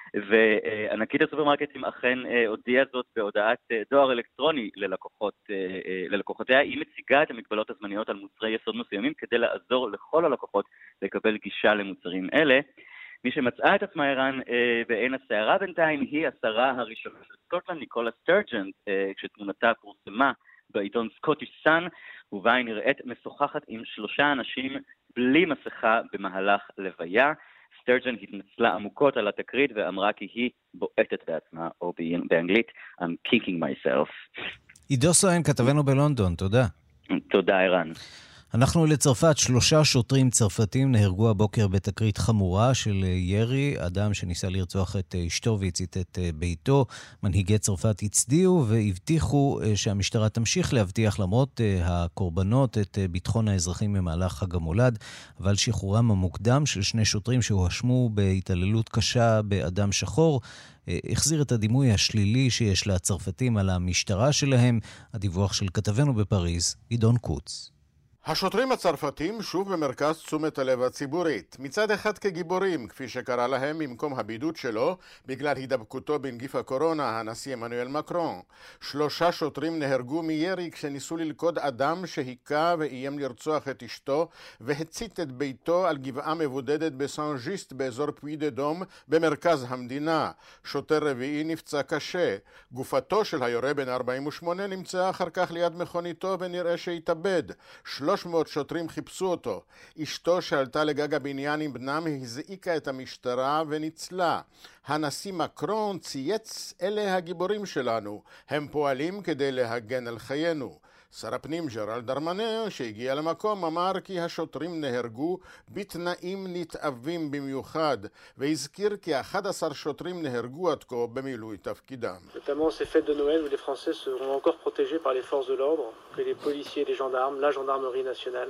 [SPEAKER 13] וענקית הסופרמרקטים אכן הודיעה זאת בהודעת דואר אלקטרוני ללקוחות, ללקוחותיה. היא מציגה את המגבלות הזמניות על מוצרי יסוד מסוימים כדי לעזור לכל הלקוחות לקבל גישה למוצרים אלה. מי שמצאה את עצמה ערן בעין הסערה בינתיים היא השרה הראשונה של סקוטלנד, ניקולה סטרג'ן, כשתמונתה פורסמה בעיתון סקוטיש סאן, ובה היא נראית משוחחת עם שלושה אנשים בלי מסכה במהלך לוויה. סטרג'ן התנצלה עמוקות על התקרית ואמרה כי היא בועטת בעצמה, או באנגלית, I'm kicking myself.
[SPEAKER 3] עידו סואן, כתבנו בלונדון, תודה.
[SPEAKER 13] תודה, ערן.
[SPEAKER 3] אנחנו לצרפת, שלושה שוטרים צרפתים נהרגו הבוקר בתקרית חמורה של ירי, אדם שניסה לרצוח את אשתו והצית את ביתו. מנהיגי צרפת הצדיעו והבטיחו שהמשטרה תמשיך להבטיח למרות הקורבנות את ביטחון האזרחים במהלך חג המולד, אבל שחרורם המוקדם של שני שוטרים שהואשמו בהתעללות קשה באדם שחור החזיר את הדימוי השלילי שיש לצרפתים על המשטרה שלהם. הדיווח של כתבנו בפריז, עידון קוץ.
[SPEAKER 14] השוטרים הצרפתים שוב במרכז תשומת הלב הציבורית. מצד אחד כגיבורים, כפי שקרא להם ממקום הבידוד שלו, בגלל הידבקותו בנגיף הקורונה, הנשיא אמנואל מקרון. שלושה שוטרים נהרגו מירי כשניסו ללכוד אדם שהיכה ואיים לרצוח את אשתו, והצית את ביתו על גבעה מבודדת בסן ז'יסט באזור פוי דה דום במרכז המדינה. שוטר רביעי נפצע קשה. גופתו של היורה בן ארבעים ושמונה נמצאה אחר כך ליד מכוניתו ונראה שהתאבד. שלוש מאות שוטרים חיפשו אותו. אשתו שעלתה לגג הבניין עם בנם הזעיקה את המשטרה וניצלה. הנשיא מקרון צייץ, אלה הגיבורים שלנו, הם פועלים כדי להגן על חיינו. שר הפנים ג'רלד דרמנר שהגיע למקום אמר כי השוטרים נהרגו בתנאים נתעבים במיוחד, והזכיר כי אחד עשר שוטרים נהרגו עד כה במילוי תפקידם.
[SPEAKER 15] Notamment ces fêtes de Noël où les Français seront encore protégés par les forces de l'ordre, que les policiers, les gendarmes, la gendarmerie nationale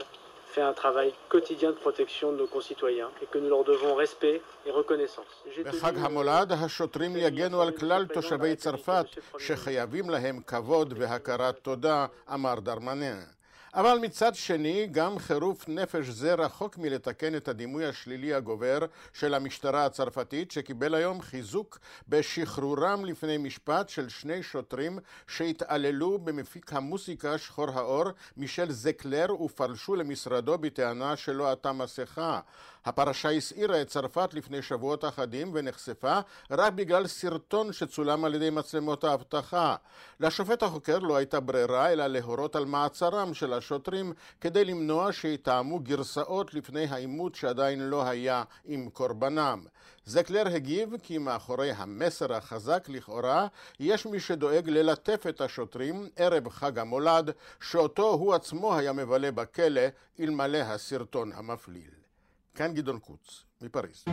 [SPEAKER 15] fait un travail quotidien de protection de nos concitoyens et que nous leur devons respect et reconnaissance.
[SPEAKER 14] בחג המולד השוטרים יגנו על כלל תושבי צרפת שחייבים להם כבוד והכרת תודה, אמר דרמנן. אבל מצד שני, גם חירוף נפש זה רחוק מלתקן את הדימוי השלילי הגובר של המשטרה הצרפתית, שקיבל היום חיזוק בשחרורם לפני משפט של שני שוטרים שהתעללו במפיק המוסיקה שחור האור מישל זקלר ופלשו למשרדו בטענה שלא עטה מסכה. הפרשה הסעירה את צרפת לפני שבועות אחדים ונחשפה רק בגלל סרטון שצולם על ידי מצלמות האבטחה. לשופט החוקר לא הייתה ברירה אלא להורות על מעצרם של השוטרים כדי למנוע שיטעמו גרסאות לפני העימות שעדיין לא היה עם קורבנם. זקלר הגיב כי מאחורי המסר החזק לכאורה יש מי שדואג ללטף את השוטרים ערב חג המולד, שאותו הוא עצמו היה מבלה בכלא אלמלא הסרטון המפליל. כאן גדעון קוץ, מפריז.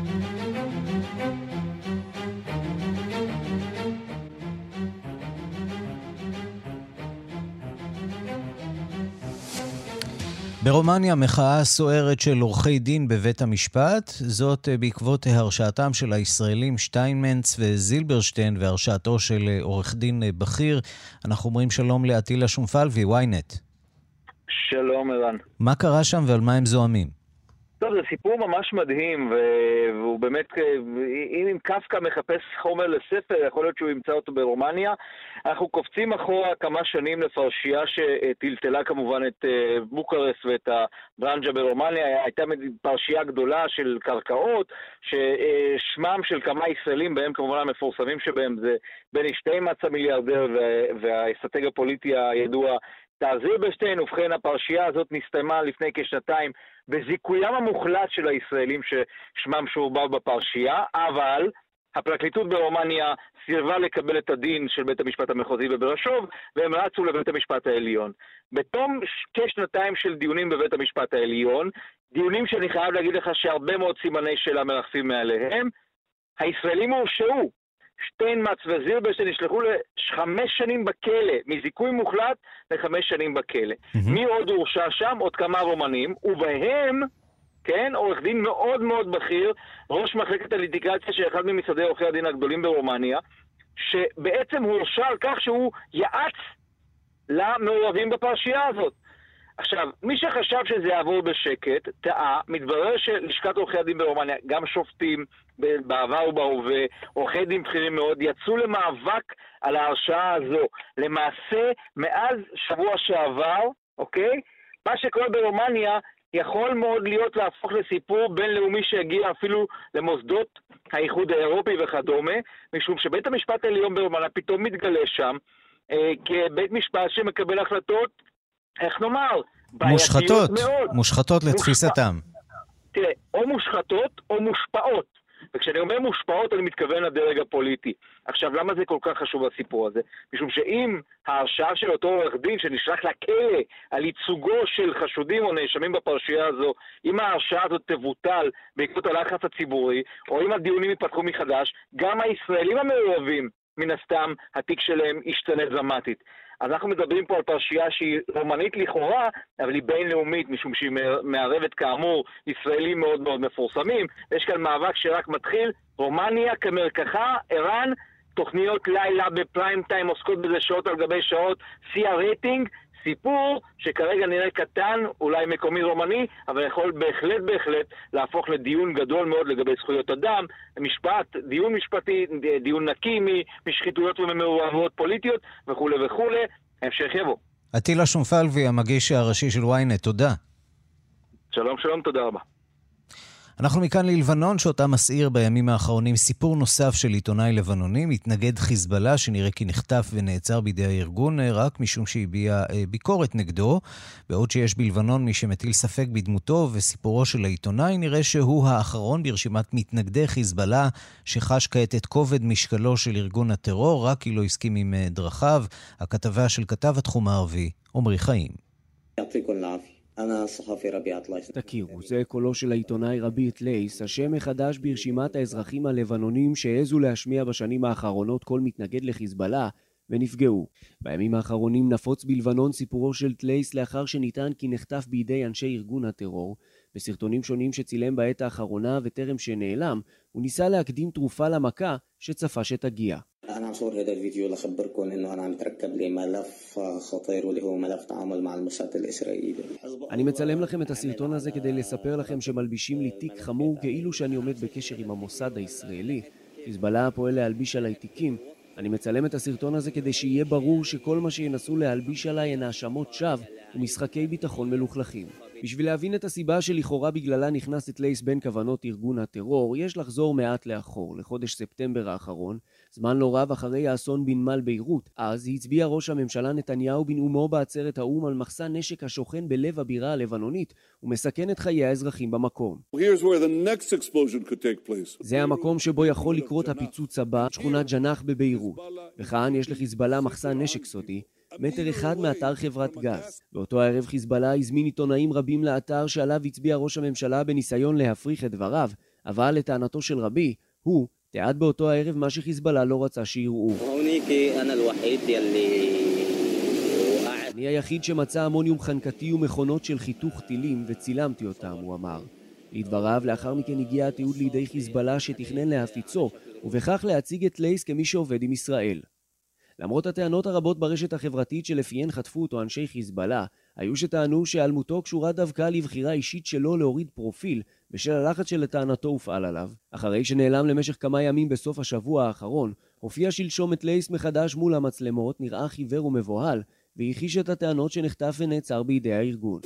[SPEAKER 3] ברומניה מחאה סוערת של עורכי דין בבית המשפט, זאת בעקבות הרשעתם של הישראלים שטיינמנץ וזילברשטיין והרשעתו של עורך דין בכיר. אנחנו אומרים שלום לאטילה שומפלבי, וויינט.
[SPEAKER 16] שלום ערן.
[SPEAKER 3] מה קרה שם ועל מה הם זוהמים?
[SPEAKER 16] טוב, זה סיפור ממש מדהים, והוא באמת, אם קפקא מחפש חומר לספר, יכול להיות שהוא ימצא אותו ברומניה. אנחנו קופצים אחורה כמה שנים לפרשייה שטלטלה כמובן את בוקרשט ואת הברנז'ה ברומניה. הייתה פרשייה גדולה של קרקעות, ששמם של כמה ישראלים, בהם כמובן המפורסמים שבהם זה בני שטיימץ המיליארדר והאסטרטג הפוליטי הידוע טל זילברשטיין. ובכן, הפרשייה הזאת נסתיימה לפני כשנתיים בזיכויים המוחלט של הישראלים ששמם שורבב בפרשייה, אבל הפרקליטות ברומניה סירבה לקבל את הדין של בית המשפט המחוזי בברשוב, והם רצו לבית המשפט העליון. בתום כשנתיים של דיונים בבית המשפט העליון, דיונים שאני חייב להגיד לך שהרבה מאוד סימני שאלה מרחפים מעליהם, הישראלים הורשעו. שטיינמץ וזילברשטיין נשלחו לחמש שנים בכלא, מזיכוי מוחלט לחמש שנים בכלא. Mm-hmm. מי עוד הורשע שם? עוד כמה רומנים, ובהם, כן, עורך דין מאוד מאוד בכיר, ראש מחלקת הליטיגציה של אחד ממשרדי עורכי הדין הגדולים ברומניה, שבעצם הורשע על כך שהוא יעץ למעורבים בפרשייה הזאת. עכשיו, מי שחשב שזה יעבור בשקט, טעה. מתברר שלשכת עורכי הדין ברומניה, גם שופטים בעבר ובהווה, עורכי דין בכירים מאוד, יצאו למאבק על ההרשעה הזו. למעשה, מאז שבוע שעבר, אוקיי? מה שקורה ברומניה יכול מאוד להיות להפוך לסיפור בינלאומי שהגיע אפילו למוסדות האיחוד האירופי וכדומה, משום שבית המשפט העליון ברומניה פתאום מתגלה שם, אה, כבית משפט שמקבל החלטות, איך נאמר,
[SPEAKER 3] מושחתות,
[SPEAKER 16] מאוד.
[SPEAKER 3] מושחתות לתפיסתם.
[SPEAKER 16] תראה, או מושחתות או מושפעות. וכשאני אומר מושפעות אני מתכוון לדרג הפוליטי. עכשיו, למה זה כל כך חשוב הסיפור הזה? משום שאם ההרשעה של אותו עורך דין שנשלח לכלא על ייצוגו של חשודים או נאשמים בפרשייה הזו, אם ההרשעה הזאת תבוטל בעקבות הלחץ הציבורי, או אם הדיונים יפתחו מחדש, גם הישראלים המעורבים, מן הסתם, התיק שלהם ישתנה דרמטית. אז אנחנו מדברים פה על פרשייה שהיא רומנית לכאורה, אבל היא בינלאומית, משום שהיא מערבת כאמור ישראלים מאוד מאוד מפורסמים. יש כאן מאבק שרק מתחיל, רומניה כמרקחה, איראן, תוכניות לילה בפריים טיים עוסקות בזה שעות על גבי שעות, שיא הרייטינג, סיפור שכרגע נראה קטן, אולי מקומי רומני, אבל יכול בהחלט בהחלט להפוך לדיון גדול מאוד לגבי זכויות אדם, משפט, דיון משפטי, דיון נקי משחיתויות וממעורבויות פוליטיות וכו' וכו'. המשך יבוא.
[SPEAKER 3] אטילה שומפלבי, המגיש הראשי של וויינט, תודה.
[SPEAKER 16] שלום שלום, תודה רבה.
[SPEAKER 3] אנחנו מכאן ללבנון, שאותה מסעיר בימים האחרונים סיפור נוסף של עיתונאי לבנוני, מתנגד חיזבאללה שנראה כי נחטף ונעצר בידי הארגון רק משום שהביע ביקורת נגדו, בעוד שיש בלבנון מי שמטיל ספק בדמותו, וסיפורו של העיתונאי נראה שהוא האחרון ברשימת מתנגדי חיזבאללה שחש כעת את כובד משקלו של ארגון הטרור, רק כי לא הסכים עם דרכיו. הכתבה של כתב התחום הערבי, עומרי חיים.
[SPEAKER 17] יעתיקו לעפי. תכירו, זה קולו של העיתונאי רבי אטלייס, השם מחדש ברשימת האזרחים הלבנונים שהעזו להשמיע בשנים האחרונות כל מתנגד לחיזבאללה, ונפגעו. בימים האחרונים נפוץ בלבנון סיפורו של טלייס לאחר שניתן כי נחטף בידי אנשי ארגון הטרור. בסרטונים שונים שצילם בעת האחרונה וטרם שנעלם, הוא ניסה להקדים תרופה למכה שצפה שתגיע.
[SPEAKER 18] أنا مصور هذا الفيديو لأخبركم إنه أنا عم أتركب لي ملف خطير واللي هو ملف تعامل مع الموساد الإسرائيلي.
[SPEAKER 17] אני מצלם לכם את הסרטון הזה כדי לספר לכם שמלבישים לי תיק חמור כאילו שאני עומד בקשר עם המוסד הישראלי. חיזבאללה פועל להלביש עליי תיקים. אני מצלם את הסרטון הזה כדי שיהיה ברור שכל מה שינסו להלביש עליי הן האשמות שווא ומשחקי ביטחון מלוכלכים. בשביל להבין את הסיבה שלכאורה בגללה נכנס את לייס בין כוונות ארגון הטרור, יש לחזור מעט לאחור, לחודש ספטמבר האחרון, זמן לא רב אחרי האסון בנמל ביירות. אז הצביע ראש הממשלה נתניהו בנאומו בעצרת האו"ם על מחסן נשק השוכן בלב הבירה הלבנונית, ומסכן את חיי האזרחים במקום. זה המקום שבו יכול לקרות הפיצוץ הבא, שכונת ג'נח בביירות. וכאן יש לחיזבאללה מחסן נשק סודי, מטר אחד מאתר חברת גז. באותו הערב חיזבאללה הזמין עיתונאים רבים לאתר שעליו הצביע ראש הממשלה בניסיון להפריך את דבריו, אבל לטענתו של רבי, הוא תיעד באותו הערב מה שחיזבאללה לא רצה שיראו. אני היחיד שמצא אמוניום חנקתי ומכונות של חיתוך טילים וצילמתי אותם, הוא אמר. לדבריו, לאחר מכן הגיע התיעוד לידי חיזבאללה שתכנן להפיצו, ובכך להציג את לייס כמי שעובד עם ישראל. למרות הטענות הרבות ברשת החברתית שלפיהן חטפו אותו אנשי חיזבאללה, היו שטענו שהיעלמותו קשורה דווקא לבחירה אישית שלו להוריד פרופיל בשל הלחץ שלטענתו הופעל עליו. אחרי שנעלם למשך כמה ימים בסוף השבוע האחרון, הופיע שלשום את לייס מחדש מול המצלמות, נראה חיוור ומבוהל, והכחיש את הטענות שנחטף ונעצר בידי הארגון.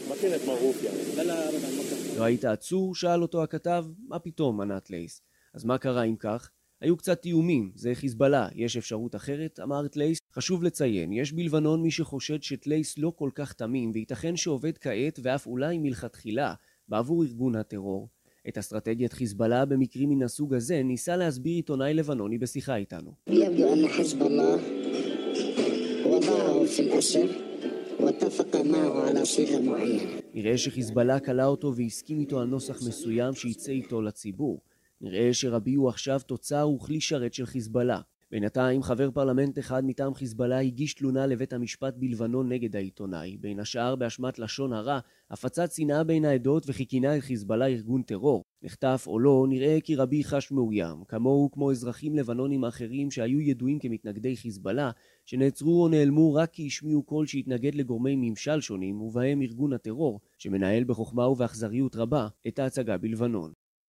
[SPEAKER 17] לא היית עצור? שאל אותו הכתב. מה פתאום, ענת לייס. אז מה קרה אם כך? היו קצת תיאומים, זה חיזבאללה, יש אפשרות אחרת, אמר טלייס. חשוב לציין, יש בלבנון מי שחושד שטלייס לא כל כך תמים, וייתכן שעובד כעת ואף אולי מלכתחילה בעבור ארגון הטרור. את אסטרטגיית חיזבאללה במקרים מן הסוג הזה ניסה להסביר עיתונאי לבנוני בשיחה איתנו.
[SPEAKER 18] يبدو أن حزب الله وضعه في الأسر واتفق معه على صيغة معينة.
[SPEAKER 17] נראה שחיזבאללה קלה אותו והסכים איתו על נוסח מסוים שייצא איתו לציבור. נראה שרבי הוא עכשיו תוצר וכלי שרת של חיזבאללה. בינתיים חבר פרלמנט אחד מטעם חיזבאללה הגיש תלונה לבית המשפט בלבנון נגד העיתונאי, בין השאר באשמת לשון הרע, הפצת שנאה בין העדות וכינה את חיזבאללה ארגון טרור. נחטף או לא, נראה כי רבי חש מאוים, כמוהו כמו אזרחים לבנונים אחרים שהיו ידועים כמתנגדי חיזבאללה, שנעצרו או נעלמו רק כי השמיעו קול שהתנגד לגורמי ממשל שונים, ובהם ארגון הטרור, שמנהל בחוכמה ובאכזריות רבה את ההצגה בלבנון.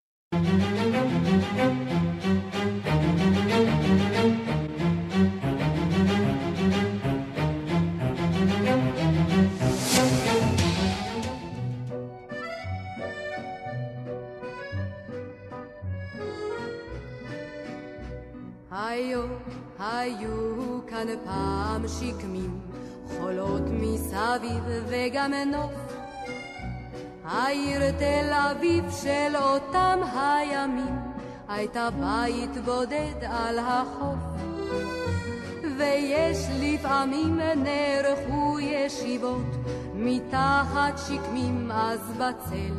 [SPEAKER 19] היו, היו כאן פעם שקמים, חולות מסביב וגם נוף. העיר תל אביב של אותם הימים הייתה בית בודד על החוף, ויש לפעמים נערכו ישיבות מתחת שקמים אז בצל,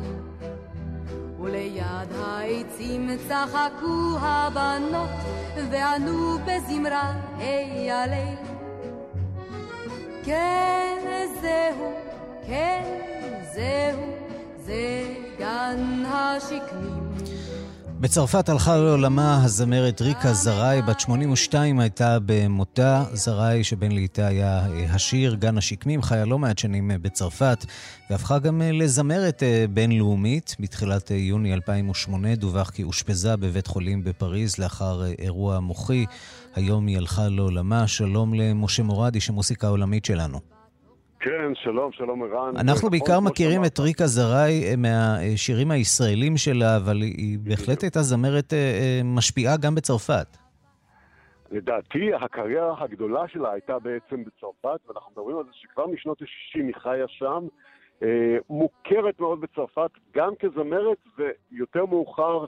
[SPEAKER 19] וליד העצים צחקו הבנות וענו בזמרה היי הליל. כן זהו, כן זהו, זה גן השקמים.
[SPEAKER 3] בצרפת הלכה לעולמה הזמרת ריקה זראי, בת שמונים ושתיים הייתה במותה. זראי שבן ליטה היה השיר גן השקמים, חיה לא מעט שנים בצרפת, והפכה גם לזמרת בינלאומית. בתחילת יוני אלפיים ושמונה דווח כי אושפזה בבית חולים בפריז לאחר אירוע מוחי. היום היא הלכה לעולמה. שלום למשה מורדי, שמוסיקה עולמית שלנו.
[SPEAKER 20] כן, שלום, שלום ערן.
[SPEAKER 3] אנחנו בעיקר מכירים את ריקה זראי מהשירים הישראלים שלה, אבל היא בהחלט הייתה זמרת משפיעה גם בצרפת.
[SPEAKER 20] לדעתי, הקריירה הגדולה שלה הייתה בעצם בצרפת, ואנחנו מדברים על זה שכבר משנות ה-שישים היא חיה שם, מוכרת מאוד בצרפת, גם כזמרת, ויותר מאוחר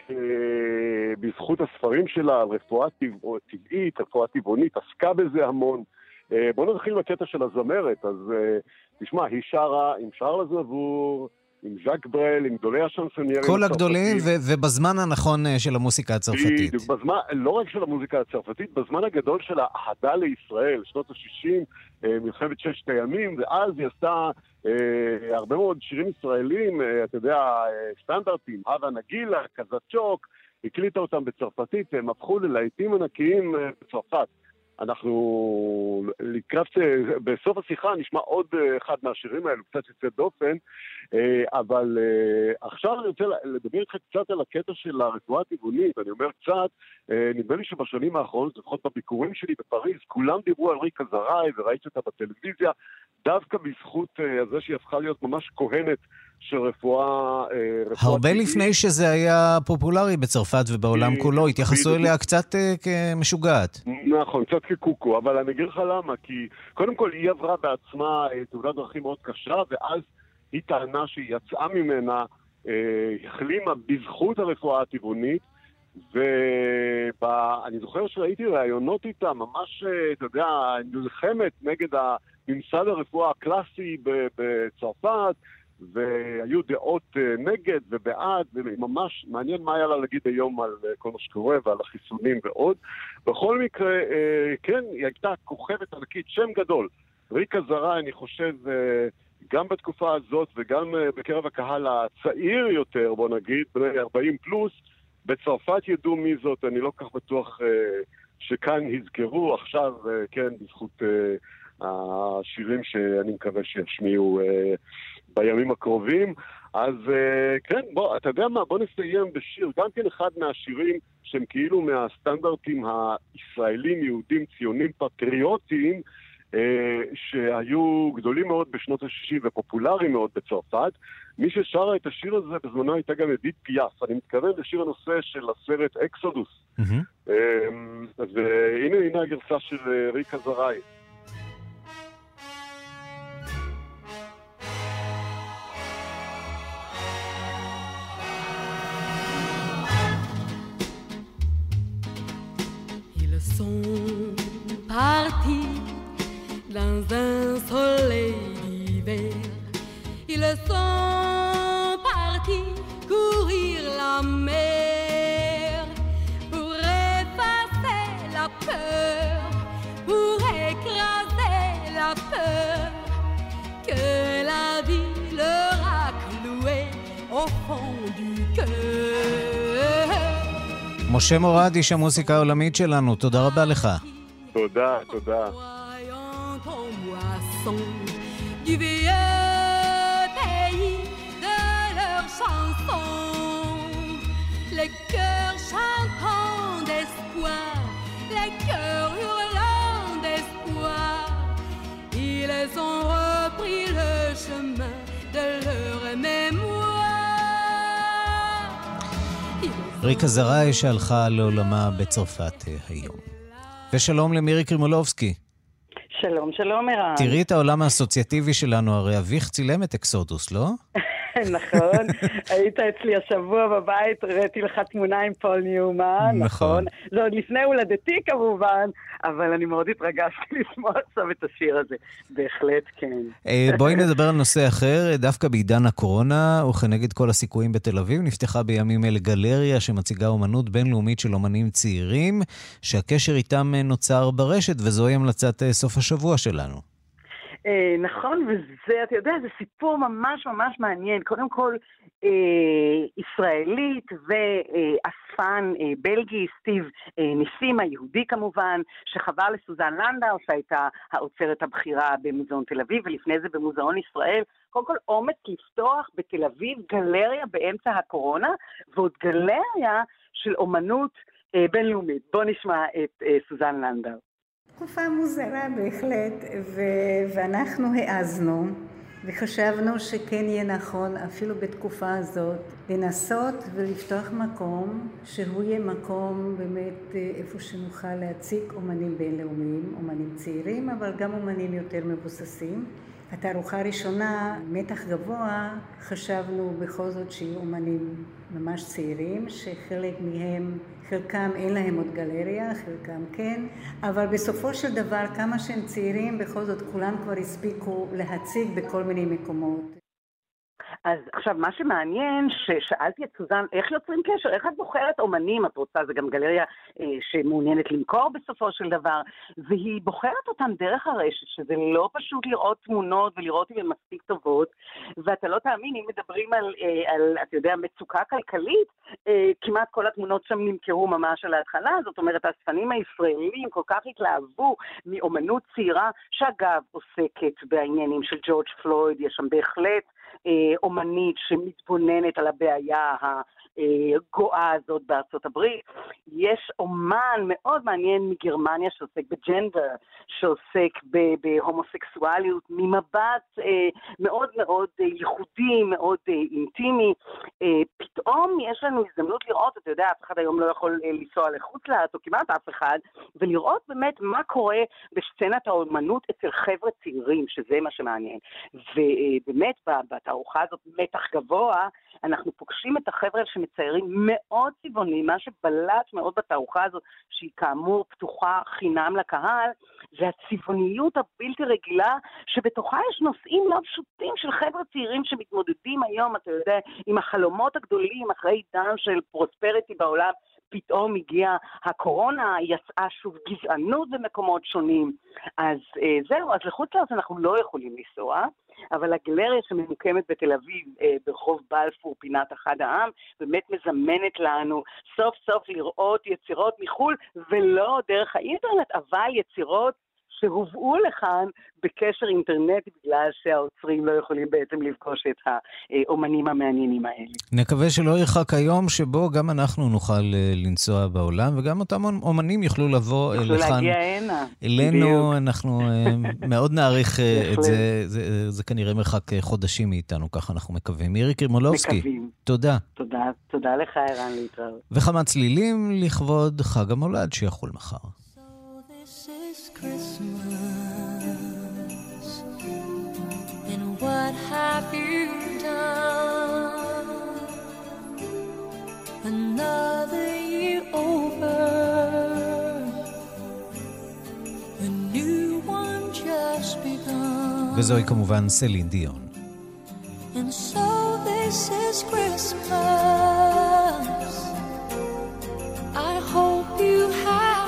[SPEAKER 20] בזכות הספרים שלה על רפואה טבעית, רפואה טבעונית, עסקה בזה המון. בואו נתחיל בקטע של הזמרת. אז תשמע, היא שרה עם שרל אזנבור, עם ז'אק ברל, עם גדולי השנסוניירים.
[SPEAKER 3] כל הגדולים ו- ובזמן הנכון של המוסיקה הצרפתית.
[SPEAKER 20] בזמן, לא רק של המוזיקה הצרפתית, בזמן הגדול של האהדה לישראל, שנות ה-שישים, מלחמת ששת הימים, ואז היא עשתה אה, הרבה מאוד שירים ישראלים, אה, אתה יודע, אה, סטנדרטים, הווה נגילה, קזצ'וק, הקליטה אותם בצרפתית, הם הפכו ללהיטים ענקיים אה, בצרפת. אנחנו לקראת, בסוף השיחה נשמע עוד אחד מהשירים האלו, קצת יוצא דופן, אבל עכשיו אני רוצה לדבר איתך קצת על הקטע של הרפואה הטבעונית. אני אומר קצת, נדמה לי שבשנים האחרונות, לפחות בביקורים שלי בפריז, כולם דיברו על ריקה זרעי וראיתי אותה בטלוויזיה, דווקא בזכות זה שהיא הפכה להיות ממש כהנת של רפואה...
[SPEAKER 3] הרבה לפני שזה היה פופולרי בצרפת ובעולם כולו, התייחסו אליה קצת כמשוגעת.
[SPEAKER 20] נכון, קצת כקוקו, אבל אני אגיד לך למה, כי קודם כל היא עברה בעצמה תאונת דרכים מאוד קשה, ואז היא טענה שהיא יצאה ממנה, החלימה בזכות הרפואה הטבעונית, ואני זוכר שראיתי ראיונות איתה, ממש, אתה יודע, נלחמת נגד הממסד הרפואה הקלאסי בצרפת, והיו דעות נגד ובעד, וממש מעניין מה היה לה להגיד היום על כל מה שקורה ועל החיסונים ועוד. בכל מקרה, כן, היא הייתה כוכבת ענקית, שם גדול. ריקה זרעי, אני חושב, גם בתקופה הזאת וגם בקרב הקהל הצעיר יותר, בוא נגיד, בני ארבעים פלוס, בצרפת ידעו מי זאת, אני לא כך בטוח שכאן הזכרו עכשיו, כן, בזכות השירים שאני מקווה שישמיעו בימים הקרובים. אז כן, בוא, אתה יודע מה, בוא נסיים בשיר, גם כן אחד מהשירים שהם כאילו מהסטנדרטים הישראלים, יהודים, ציונים, פטריוטיים, שהיו גדולים מאוד בשנות ה-שישים ופופולריים מאוד בצרפת. מי ששרה את השיר הזה בזמנו הייתה גם אדית פיאף. אני מתכוון לשיר הנושא של הסרט אקסודוס. Mm-hmm. אז הנה, הנה הגרסה של ריקה זרעי.
[SPEAKER 19] Ils sont partis dans un soleil d'hiver. Ils sont partis courir la mer pour effacer la peur, pour écraser la peur que la vie leur a cloué au fond du cœur.
[SPEAKER 3] משה מורד, איש המוסיקה העולמית שלנו, תודה רבה לך.
[SPEAKER 20] תודה, תודה.
[SPEAKER 19] Du vieux pays de leurs chansons, les cœurs chantants d'espoir, les cœurs hurlants d'espoir, ils ont repris le chemin de leur mémoire.
[SPEAKER 3] ריקה זרעי שהלכה לעולמה בצרפת היום. ושלום למירי קרימולובסקי.
[SPEAKER 21] שלום, שלום ערן.
[SPEAKER 3] תראי את העולם האסוציאטיבי שלנו, הרי אביך צילם את אקסודוס, לא?
[SPEAKER 21] נכון, היית אצלי השבוע בבית, ראיתי לך תמונה עם פול ניומן, נכון. זה עוד לפני הולדתי כמובן, אבל אני מאוד התרגשתי לשמוע עכשיו את השיר הזה, בהחלט כן.
[SPEAKER 3] בואי נדבר על נושא אחר, דווקא בעידן הקורונה, וכנגד כל הסיכויים בתל אביב, נפתחה בימים אלה גלריה שמציגה אומנות בינלאומית של אומנים צעירים, שהקשר איתם נוצר ברשת, וזוהי המלצת סוף השבוע שלנו.
[SPEAKER 21] נכון, וזה, אתה יודע, זה סיפור ממש ממש מעניין. קודם כל, ישראלית ואספן בלגי, סטיב ניסים, היהודי כמובן, שחבר לסוזן לנדאו, שהייתה האוצרת הבכירה במוזיאון תל אביב, ולפני זה במוזיאון ישראל. קודם כל, אומץ לפתוח בתל אביב גלריה באמצע הקורונה, ועוד גלריה של אומנות בינלאומית. בוא נשמע את סוזן לנדאו.
[SPEAKER 22] תקופה מוזרה בהחלט, ו- ואנחנו העזנו וחשבנו שכן יהיה נכון אפילו בתקופה הזאת לנסות ולפתוח מקום שהוא יהיה מקום באמת איפה שנוכל להציג אומנים בינלאומיים, אומנים צעירים אבל גם אומנים יותר מבוססים. התערוכה הראשונה, מתח גבוה, חשבנו בכל זאת שיהיו אומנים ממש צעירים, שחלק מהם, חלקם אין להם עוד גלריה, חלקם כן, אבל בסופו של דבר כמה שהם צעירים, בכל זאת כולם כבר הספיקו להציג בכל מיני מקומות.
[SPEAKER 21] אז עכשיו, מה שמעניין, ששאלתי את סוזן, איך יוצרים קשר? איך את בוחרת אומנים? את רוצה, זה גם גלריה אה, שמעוניינת למכור בסופו של דבר, והיא בוחרת אותם דרך הרשת, שזה לא פשוט לראות תמונות ולראות אם הן מספיק טובות, ואתה לא תאמין, אם מדברים על, אה, על אתה יודע, מצוקה כלכלית, אה, כמעט כל התמונות שם נמכרו ממש על ההתחלה, זאת אומרת, הספנים הישראלים כל כך התלהבו מאומנות צעירה, שאגב עוסקת בעניינים של ג'ורג' פלויד, יש שם בהחלט, אומנית שמתבוננת על הבעיה הגואה הזאת בארצות הברית. יש אומן מאוד מעניין מגרמניה שעוסק בג'נדר, שעוסק בהומוסקסואליות, ממבט מאוד מאוד ייחודי, מאוד אינטימי. פתאום יש לנו הזדמנות לראות, אתה יודע, אף אחד היום לא יכול לנסוע לחוץ לארץ, או כמעט אף אחד, ולראות באמת מה קורה בסצנת האומנות אצל חבר'ה צעירים, שזה מה שמעניין. ובאמת, בתערוכה הזאת, מתח גבוה, אנחנו פוגשים את החבר'ה שמציירים מאוד צבעונים, מה שבלט מאוד בתערוכה הזאת, שהיא כאמור פתוחה חינם לקהל, זה הצבעוניות הבלתי רגילה, שבתוכה יש נושאים לא פשוטים של חבר'ה צעירים שמתמודדים היום, אתה יודע, עם החלומות הגדולים, אחרי עידן של פרוספריטי בעולם, פתאום הגיעה הקורונה, יצאה שוב גזענות במקומות שונים. אז אה, זהו, אז לחוץ לארץ אנחנו לא יכולים לנסוע, אבל הגלריה שממוקמת בתל אביב, אה, ברחוב בלפור, פינת אחד העם, באמת מזמנת לנו סוף סוף לראות יצירות מחול, ולא דרך האינטרנט, אבל יצירות שהובאו לכאן בקשר אינטרנטי, בגלל שהאוצרים לא יכולים בעצם לפגוש את האומנים המעניינים האלה.
[SPEAKER 3] נקווה שלא ירחק היום שבו גם אנחנו נוכל לנסוע בעולם, וגם אותם אומנים יוכלו לבוא לכאן.
[SPEAKER 21] יוכלו להגיע הנה.
[SPEAKER 3] אלינו, אנחנו מאוד נעריך את זה, זה, זה כנראה מרחק חודשים מאיתנו, ככה אנחנו מקווים. מירי קרימולובסקי,
[SPEAKER 21] מקווים.
[SPEAKER 3] תודה.
[SPEAKER 21] תודה, תודה לך ערן להתראות.
[SPEAKER 3] וכמה צלילים לכבוד חג המולד שיחול מחר.
[SPEAKER 19] Christmas, and what have you done? Another year over, a new one just begun.
[SPEAKER 3] וזוהי כמובן סלין דיון.
[SPEAKER 19] And so this is Christmas. I hope you have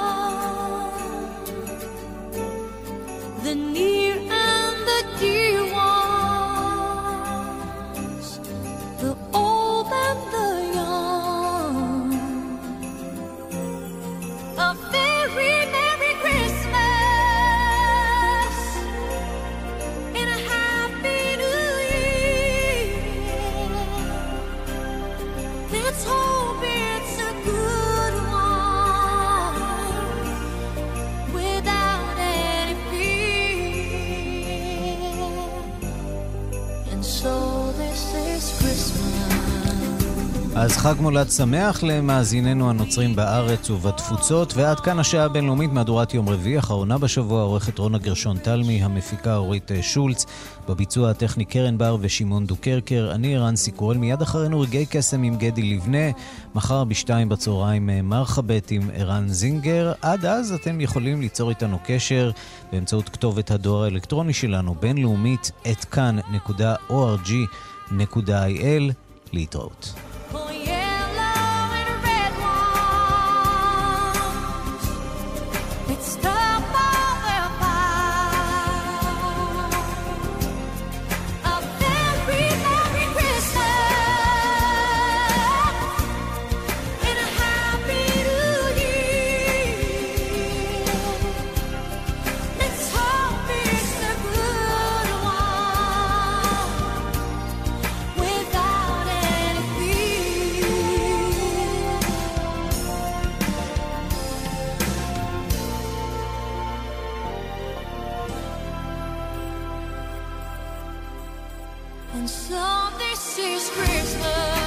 [SPEAKER 19] the near and the dear ones, the old and the young. A very Merry Christmas and a Happy New Year. Let's hope it's a good one without any fear. So this is Christmas.
[SPEAKER 3] אז חג מולד שמח למאזיננו הנוצרים בארץ ובתפוצות, ועד כאן השעה הבינלאומית מהדורת יום רביעי, אחרונה בשבוע, עורכת רונה גרשון תלמי, המפיקה אורית שולץ, בביצוע הטכני קרן בר ושמעון דוקרקר, אני ערן סיקורל, מיד אחרינו רגעי קסם עם גדי לבנה, מחר בשתיים בצהריים מרחבת עם ערן זינגר. עד אז אתם יכולים ליצור איתנו קשר באמצעות כתובת הדואר האלקטרוני שלנו, בינלאומית את כאן נקודה או אר ג'י נקודה איי אל. להתראות.
[SPEAKER 19] And so this is Christmas.